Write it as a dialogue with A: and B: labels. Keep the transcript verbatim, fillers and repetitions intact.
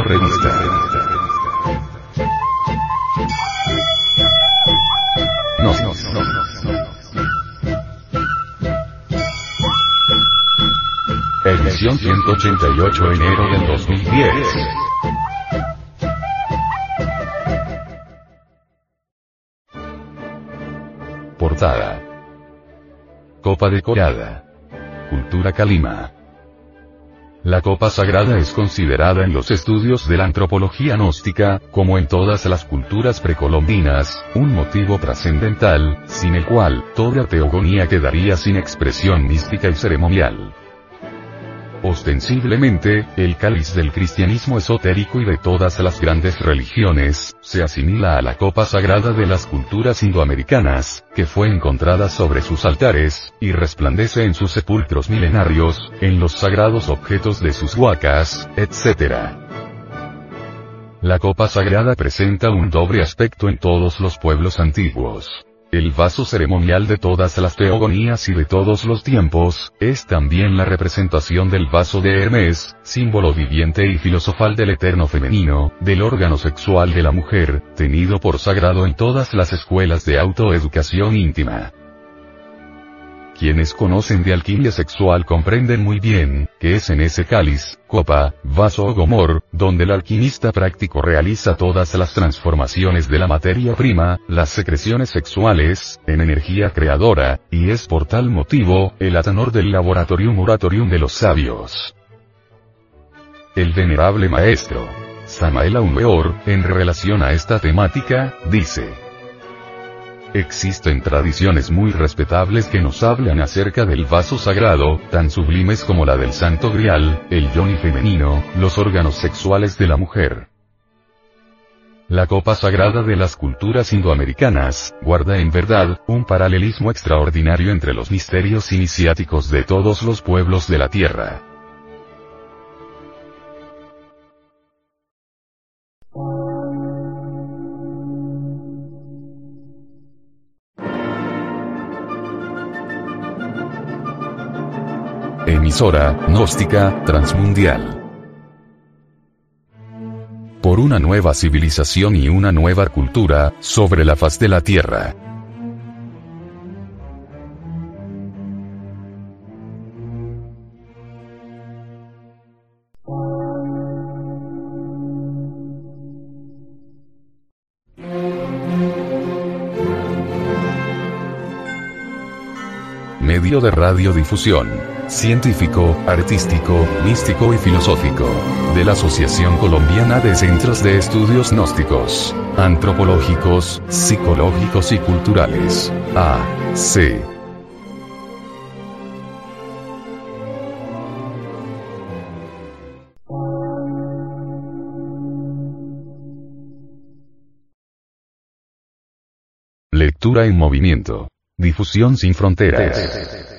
A: Revista. No, no, no, no. Edición ciento ochenta y ocho, enero del dos mil diez. Portada. Copa decorada. Cultura Calima. La copa sagrada es considerada en los estudios de la antropología gnóstica, como en todas las culturas precolombinas, un motivo trascendental, sin el cual, toda teogonía quedaría sin expresión mística y ceremonial. Ostensiblemente, el cáliz del cristianismo esotérico y de todas las grandes religiones, se asimila a la copa sagrada de las culturas indoamericanas, que fue encontrada sobre sus altares, y resplandece en sus sepulcros milenarios, en los sagrados objetos de sus huacas, etcétera. La copa sagrada presenta un doble aspecto en todos los pueblos antiguos. El vaso ceremonial de todas las teogonías y de todos los tiempos, es también la representación del vaso de Hermes, símbolo viviente y filosofal del eterno femenino, del órgano sexual de la mujer, tenido por sagrado en todas las escuelas de autoeducación íntima. Quienes conocen de alquimia sexual comprenden muy bien, que es en ese cáliz, copa, vaso o gomor, donde el alquimista práctico realiza todas las transformaciones de la materia prima, las secreciones sexuales, en energía creadora, y es por tal motivo, el atanor del laboratorium oratorium de los sabios. El venerable maestro Samael Aun Weor, en relación a esta temática, dice: existen tradiciones muy respetables que nos hablan acerca del vaso sagrado, tan sublimes como la del Santo Grial, el yoni femenino, los órganos sexuales de la mujer. La copa sagrada de las culturas indoamericanas, guarda en verdad, un paralelismo extraordinario entre los misterios iniciáticos de todos los pueblos de la tierra. Emisora gnóstica transmundial. Por una nueva civilización y una nueva cultura, sobre la faz de la tierra. Medio de radiodifusión científico, artístico, místico y filosófico, de la Asociación Colombiana de Centros de Estudios Gnósticos, Antropológicos, Psicológicos y Culturales, A C Lectura en movimiento. Difusión sin fronteras.